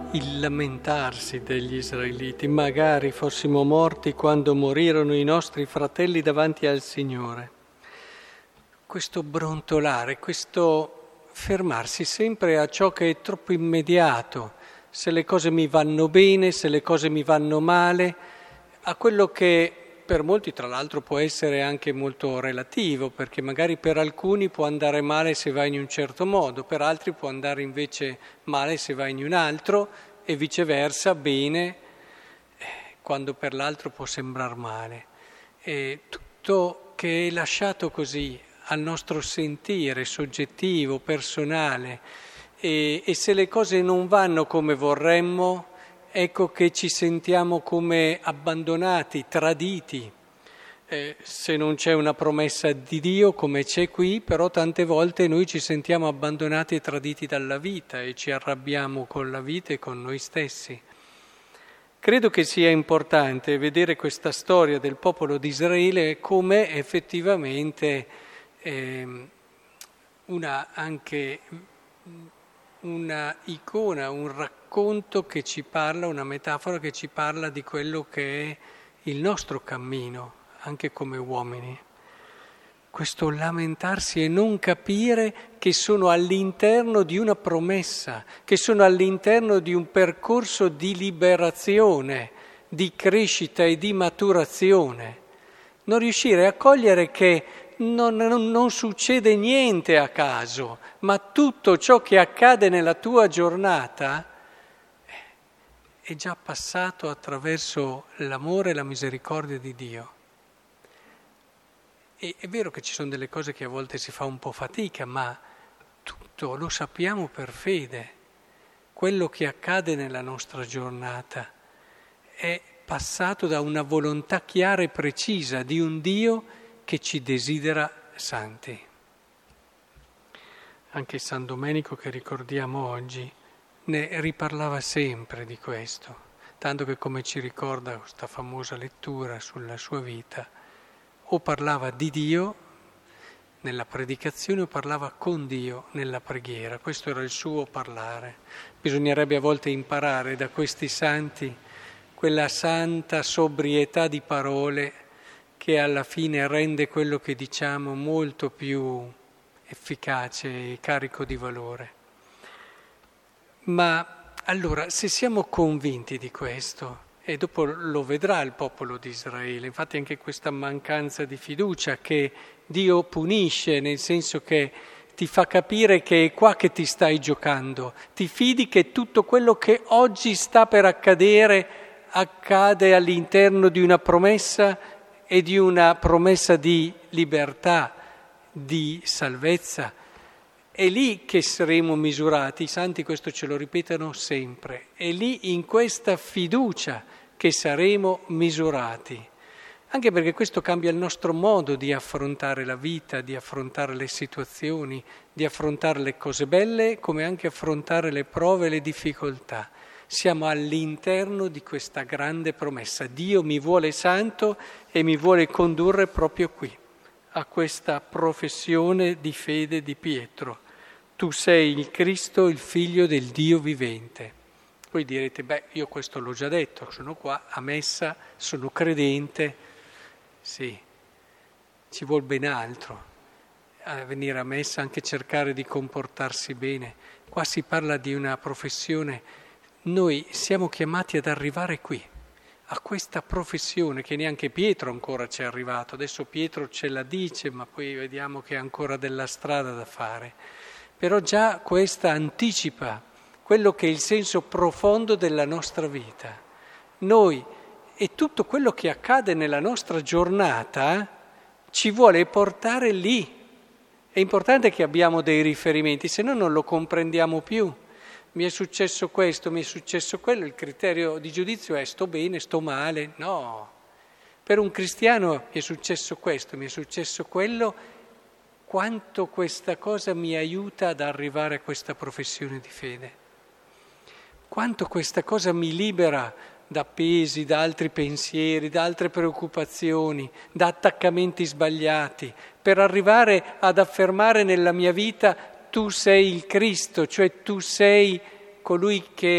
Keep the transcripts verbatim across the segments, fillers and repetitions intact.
il lamentarsi degli israeliti. Magari fossimo morti quando morirono i nostri fratelli davanti al Signore. Questo brontolare, questo fermarsi sempre a ciò che è troppo immediato, se le cose mi vanno bene, se le cose mi vanno male, a quello che per molti tra l'altro può essere anche molto relativo, perché magari per alcuni può andare male se va in un certo modo, per altri può andare invece male se va in un altro e viceversa bene quando per l'altro può sembrare male. E tutto che è lasciato così al nostro sentire soggettivo, personale, e, e se le cose non vanno come vorremmo, ecco che ci sentiamo come abbandonati, traditi. Eh, se non c'è una promessa di Dio come c'è qui, però tante volte noi ci sentiamo abbandonati e traditi dalla vita e ci arrabbiamo con la vita e con noi stessi. Credo che sia importante vedere questa storia del popolo di Israele come effettivamente eh, una anche una icona, un racconto che ci parla, una metafora che ci parla di quello che è il nostro cammino, anche come uomini. Questo lamentarsi e non capire che sono all'interno di una promessa, che sono all'interno di un percorso di liberazione, di crescita e di maturazione. Non riuscire a cogliere che Non, non, non succede niente a caso, ma tutto ciò che accade nella tua giornata è già passato attraverso l'amore e la misericordia di Dio. E è vero che ci sono delle cose che a volte si fa un po' fatica, ma tutto lo sappiamo per fede. Quello che accade nella nostra giornata è passato da una volontà chiara e precisa di un Dio che ci desidera santi. Anche San Domenico, che ricordiamo oggi, ne riparlava sempre di questo, tanto che, come ci ricorda questa famosa lettura sulla sua vita, o parlava di Dio nella predicazione o parlava con Dio nella preghiera. Questo era il suo parlare. Bisognerebbe a volte imparare da questi santi quella santa sobrietà di parole che alla fine rende quello che diciamo molto più efficace e carico di valore. Ma allora, se siamo convinti di questo, e dopo lo vedrà il popolo di Israele, infatti anche questa mancanza di fiducia che Dio punisce, nel senso che ti fa capire che è qua che ti stai giocando, ti fidi che tutto quello che oggi sta per accadere accade all'interno di una promessa e di una promessa di libertà, di salvezza. È lì che saremo misurati, i santi questo ce lo ripetono sempre, è lì in questa fiducia che saremo misurati, anche perché questo cambia il nostro modo di affrontare la vita, di affrontare le situazioni, di affrontare le cose belle, come anche affrontare le prove e le difficoltà. Siamo all'interno di questa grande promessa. Dio mi vuole santo e mi vuole condurre proprio qui, a questa professione di fede di Pietro. Tu sei il Cristo, il Figlio del Dio vivente. Voi direte, beh, io questo l'ho già detto, sono qua a messa, sono credente. Sì, ci vuol ben altro a venire a messa, anche cercare di comportarsi bene. Qua si parla di una professione. Noi siamo chiamati ad arrivare qui, a questa professione che neanche Pietro ancora ci è arrivato. Adesso Pietro ce la dice, ma poi vediamo che ha ancora della strada da fare. Però già questa anticipa quello che è il senso profondo della nostra vita. Noi e tutto quello che accade nella nostra giornata ci vuole portare lì. È importante che abbiamo dei riferimenti, se no non lo comprendiamo più. Mi è successo questo, mi è successo quello, il criterio di giudizio è sto bene, sto male. No, per un cristiano mi è successo questo, mi è successo quello, quanto questa cosa mi aiuta ad arrivare a questa professione di fede, quanto questa cosa mi libera da pesi, da altri pensieri, da altre preoccupazioni, da attaccamenti sbagliati, per arrivare ad affermare nella mia vita tu sei il Cristo, cioè tu sei colui che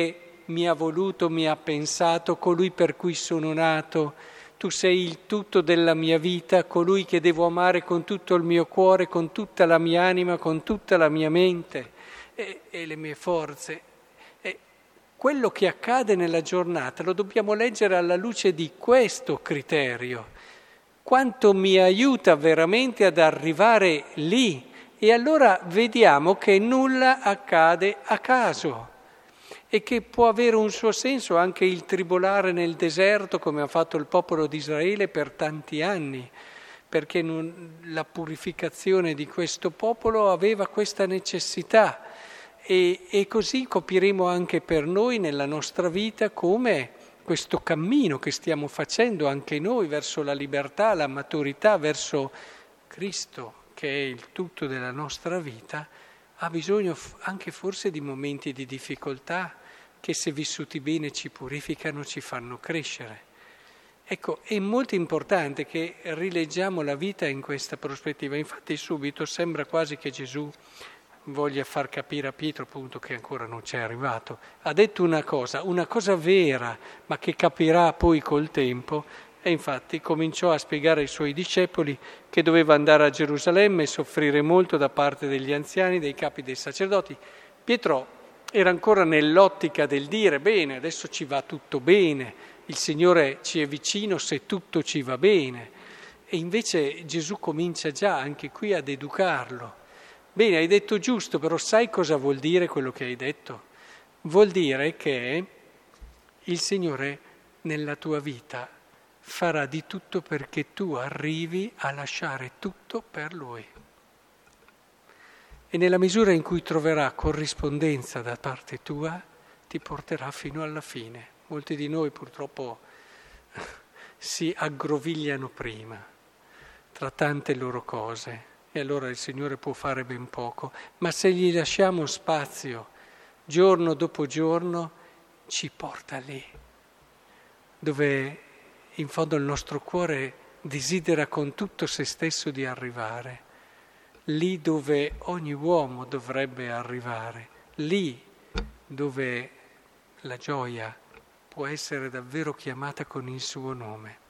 mi ha voluto, mi ha pensato, colui per cui sono nato. Tu sei il tutto della mia vita, colui che devo amare con tutto il mio cuore, con tutta la mia anima, con tutta la mia mente e, e le mie forze. E quello che accade nella giornata lo dobbiamo leggere alla luce di questo criterio. Quanto mi aiuta veramente ad arrivare lì. E allora vediamo che nulla accade a caso e che può avere un suo senso anche il tribolare nel deserto, come ha fatto il popolo di Israele per tanti anni, perché non, la purificazione di questo popolo aveva questa necessità. E, e così capiremo anche per noi nella nostra vita come questo cammino che stiamo facendo anche noi verso la libertà, la maturità, verso Cristo, che è il tutto della nostra vita, ha bisogno anche forse di momenti di difficoltà che se vissuti bene ci purificano, ci fanno crescere. Ecco, è molto importante che rileggiamo la vita in questa prospettiva. Infatti subito sembra quasi che Gesù voglia far capire a Pietro, appunto, che ancora non c'è arrivato. Ha detto una cosa, una cosa vera, ma che capirà poi col tempo. E infatti cominciò a spiegare ai suoi discepoli che doveva andare a Gerusalemme e soffrire molto da parte degli anziani, dei capi dei sacerdoti. Pietro era ancora nell'ottica del dire, bene, adesso ci va tutto bene, il Signore ci è vicino se tutto ci va bene. E invece Gesù comincia già anche qui ad educarlo. Bene, hai detto giusto, però sai cosa vuol dire quello che hai detto? Vuol dire che il Signore nella tua vita farà di tutto perché tu arrivi a lasciare tutto per Lui. E nella misura in cui troverà corrispondenza da parte tua, ti porterà fino alla fine. Molti di noi purtroppo si aggrovigliano prima, tra tante loro cose, e allora il Signore può fare ben poco. Ma se gli lasciamo spazio, giorno dopo giorno, ci porta lì, dove in fondo il nostro cuore desidera con tutto se stesso di arrivare, lì dove ogni uomo dovrebbe arrivare, lì dove la gioia può essere davvero chiamata con il suo nome.